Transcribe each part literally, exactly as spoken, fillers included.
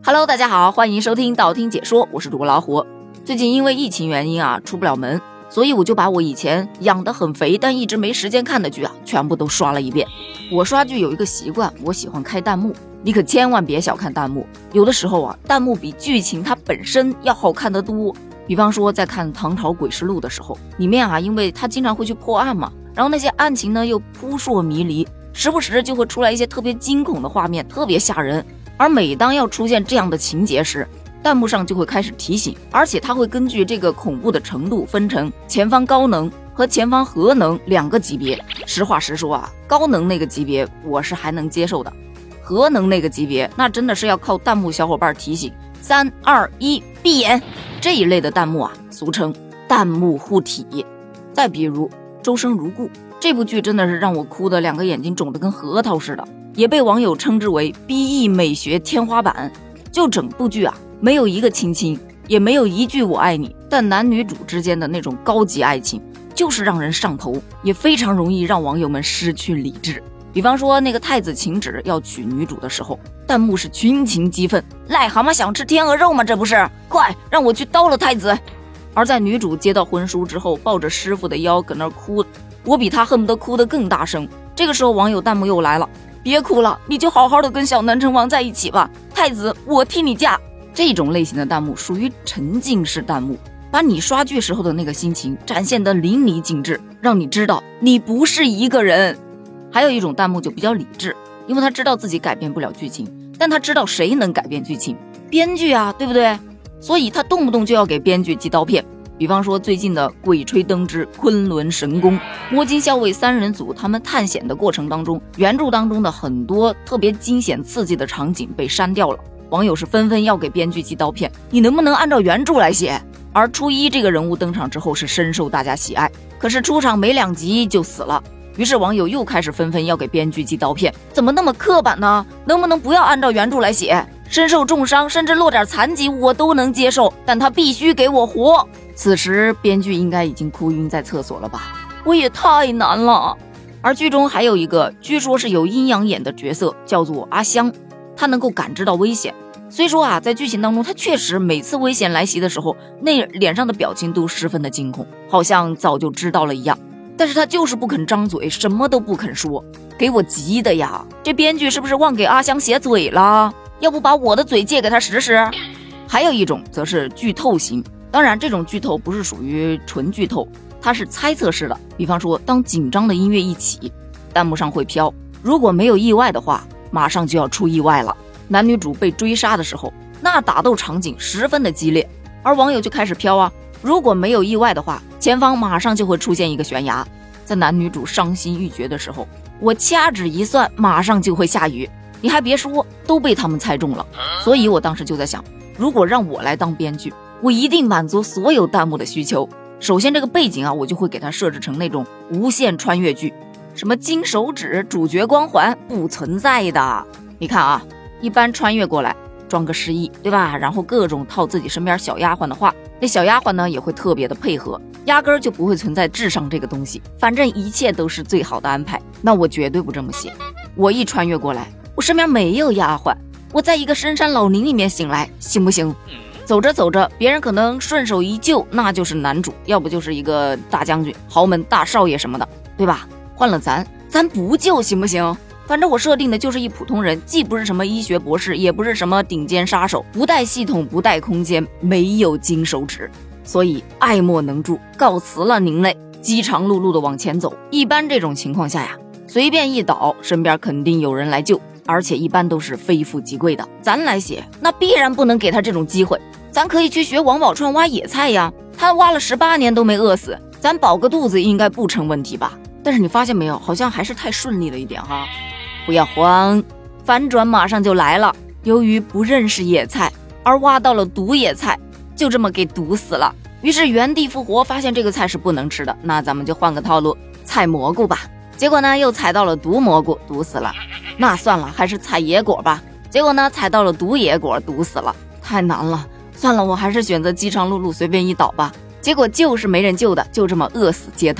Hello， 大家好，欢迎收听道听解说，我是主播老虎。最近因为疫情原因啊，出不了门，所以我就把我以前养得很肥但一直没时间看的剧啊，全部都刷了一遍。我刷剧有一个习惯，我喜欢开弹幕，你可千万别小看弹幕，有的时候啊，弹幕比剧情它本身要好看得多。比方说在看唐朝诡事录的时候，里面啊，因为他经常会去破案嘛，然后那些案情呢又扑朔迷离，时不时就会出来一些特别惊恐的画面，特别吓人。而每当要出现这样的情节时，弹幕上就会开始提醒，而且它会根据这个恐怖的程度分成前方高能和前方核能两个级别。实话实说啊，高能那个级别我是还能接受的，核能那个级别那真的是要靠弹幕小伙伴提醒三二一闭眼，这一类的弹幕啊，俗称弹幕护体。再比如周生如故，这部剧真的是让我哭的两个眼睛肿得跟核桃似的，也被网友称之为 B E 美学天花板。就整部剧啊，没有一个亲亲，也没有一句我爱你，但男女主之间的那种高级爱情就是让人上头，也非常容易让网友们失去理智。比方说那个太子晴芷要娶女主的时候，弹幕是群情激愤，癞蛤蟆想吃天鹅肉吗？这不是，快让我去刀了太子。而在女主接到婚书之后，抱着师傅的腰搁那儿哭，我比她恨不得哭得更大声。这个时候网友弹幕又来了，别哭了，你就好好的跟小南城王在一起吧，太子我替你嫁。这种类型的弹幕属于沉浸式弹幕，把你刷剧时候的那个心情展现得淋漓尽致，让你知道你不是一个人。还有一种弹幕就比较理智，因为他知道自己改变不了剧情，但他知道谁能改变剧情，编剧啊，对不对？所以他动不动就要给编剧寄刀片。比方说最近的《鬼吹灯之昆仑神功》，摸金校尉三人组他们探险的过程当中，原著当中的很多特别惊险刺激的场景被删掉了，网友是纷纷要给编剧寄刀片，你能不能按照原著来写？而初一这个人物登场之后是深受大家喜爱，可是出场没两集就死了，于是网友又开始纷纷要给编剧寄刀片，怎么那么刻板呢？能不能不要按照原著来写？身受重伤甚至落点残疾我都能接受，但他必须给我活。此时编剧应该已经哭晕在厕所了吧，我也太难了。而剧中还有一个据说是有阴阳眼的角色，叫做阿香，他能够感知到危险。虽说啊，在剧情当中他确实每次危险来袭的时候，那脸上的表情都十分的惊恐，好像早就知道了一样，但是他就是不肯张嘴，什么都不肯说，给我急的呀。这编剧是不是忘给阿香写嘴了？要不把我的嘴借给他试试？还有一种则是剧透型，当然这种剧透不是属于纯剧透，它是猜测式的。比方说当紧张的音乐一起，弹幕上会飘，如果没有意外的话，马上就要出意外了。男女主被追杀的时候，那打斗场景十分的激烈，而网友就开始飘啊，如果没有意外的话，前方马上就会出现一个悬崖。在男女主伤心欲绝的时候，我掐指一算，马上就会下雨。你还别说，都被他们猜中了。所以我当时就在想，如果让我来当编剧，我一定满足所有弹幕的需求。首先这个背景啊，我就会给它设置成那种无限穿越剧，什么金手指主角光环不存在的。你看啊，一般穿越过来装个失忆，对吧？然后各种套自己身边小丫鬟的话，那小丫鬟呢也会特别的配合，压根儿就不会存在智商这个东西，反正一切都是最好的安排。那我绝对不这么写，我一穿越过来，我身边没有丫鬟，我在一个深山老林里面醒来，行不行？走着走着，别人可能顺手一救，那就是男主，要不就是一个大将军、豪门大少爷什么的，对吧？换了咱，咱不救行不行？反正我设定的就是一普通人，既不是什么医学博士，也不是什么顶尖杀手，不带系统，不带空间，没有金手指，所以爱莫能助，告辞了您嘞。饥肠辘辘的往前走，一般这种情况下呀，随便一倒，身边肯定有人来救，而且一般都是非富即贵的。咱来写，那必然不能给他这种机会。咱可以去学王宝钏挖野菜呀，他挖了十八年都没饿死，咱饱个肚子应该不成问题吧？但是你发现没有，好像还是太顺利了一点哈。不要慌，反转马上就来了。由于不认识野菜，而挖到了毒野菜，就这么给毒死了。于是原地复活，发现这个菜是不能吃的，那咱们就换个套路，采蘑菇吧。结果呢，又采到了毒蘑菇，毒死了。那算了，还是采野果吧。结果呢，采到了毒野果，毒死了。太难了，算了，我还是选择饥肠辘辘随便一倒吧。结果就是没人救的，就这么饿死街头。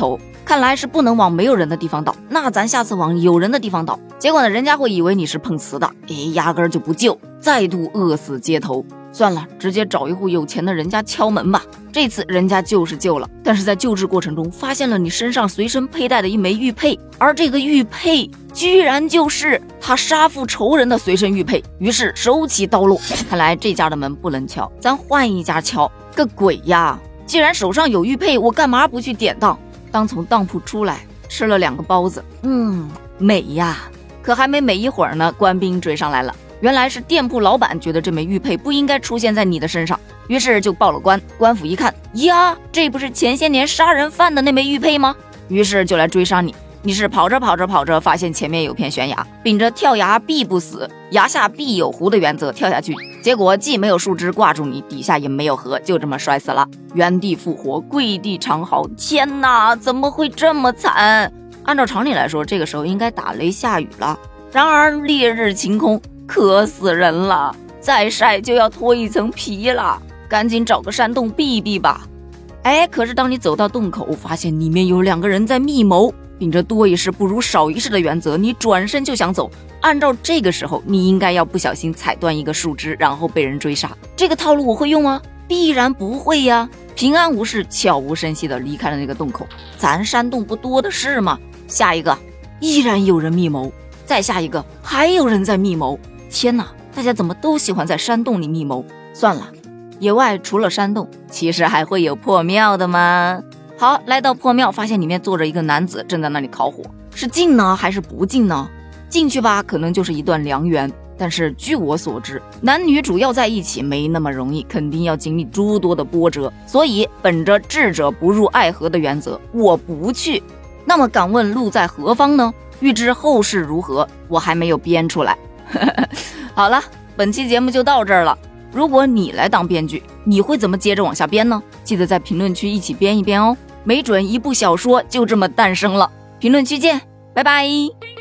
看来是不能往没有人的地方倒，那咱下次往有人的地方倒。结果呢，人家会以为你是碰瓷的，哎，压根儿就不救，再度饿死街头。算了，直接找一户有钱的人家敲门吧。这次人家救是救了，但是在救治过程中发现了你身上随身佩戴的一枚玉佩，而这个玉佩居然就是他杀父仇人的随身玉佩，于是手起刀落。看来这家的门不能敲，咱换一家敲。个鬼呀！既然手上有玉佩，我干嘛不去典当？当从当铺出来，吃了两个包子，嗯，美呀！可还没美一会儿呢，官兵追上来了。原来是店铺老板觉得这枚玉佩不应该出现在你的身上，于是就报了官。官府一看，呀，这不是前些年杀人犯的那枚玉佩吗？于是就来追杀你。你是跑着跑着跑着，发现前面有片悬崖，秉着跳崖必不死，崖下必有湖的原则跳下去，结果既没有树枝挂住你，底下也没有河，就这么摔死了。原地复活，跪地长嚎，天哪，怎么会这么惨？按照常理来说，这个时候应该打雷下雨了，然而烈日晴空，渴死人了，再晒就要脱一层皮了，赶紧找个山洞避避吧。哎，可是当你走到洞口，发现里面有两个人在密谋，秉着多一事不如少一事的原则，你转身就想走。按照这个时候，你应该要不小心踩断一个树枝，然后被人追杀。这个套路我会用吗？必然不会呀。平安无事，悄无声息地离开了那个洞口。咱山洞不多的是吗？下一个，依然有人密谋。再下一个，还有人在密谋。天哪，大家怎么都喜欢在山洞里密谋？算了，野外除了山洞，其实还会有破庙的吗？好，来到破庙，发现里面坐着一个男子，正在那里烤火，是进呢还是不进呢？进去吧，可能就是一段良缘，但是据我所知，男女主要在一起没那么容易，肯定要经历诸多的波折，所以本着智者不入爱河的原则，我不去。那么敢问路在何方呢？欲知后事如何，我还没有编出来。好了，本期节目就到这儿了。如果你来当编剧，你会怎么接着往下编呢？记得在评论区一起编一编哦，没准一部小说就这么诞生了。评论区见，拜拜。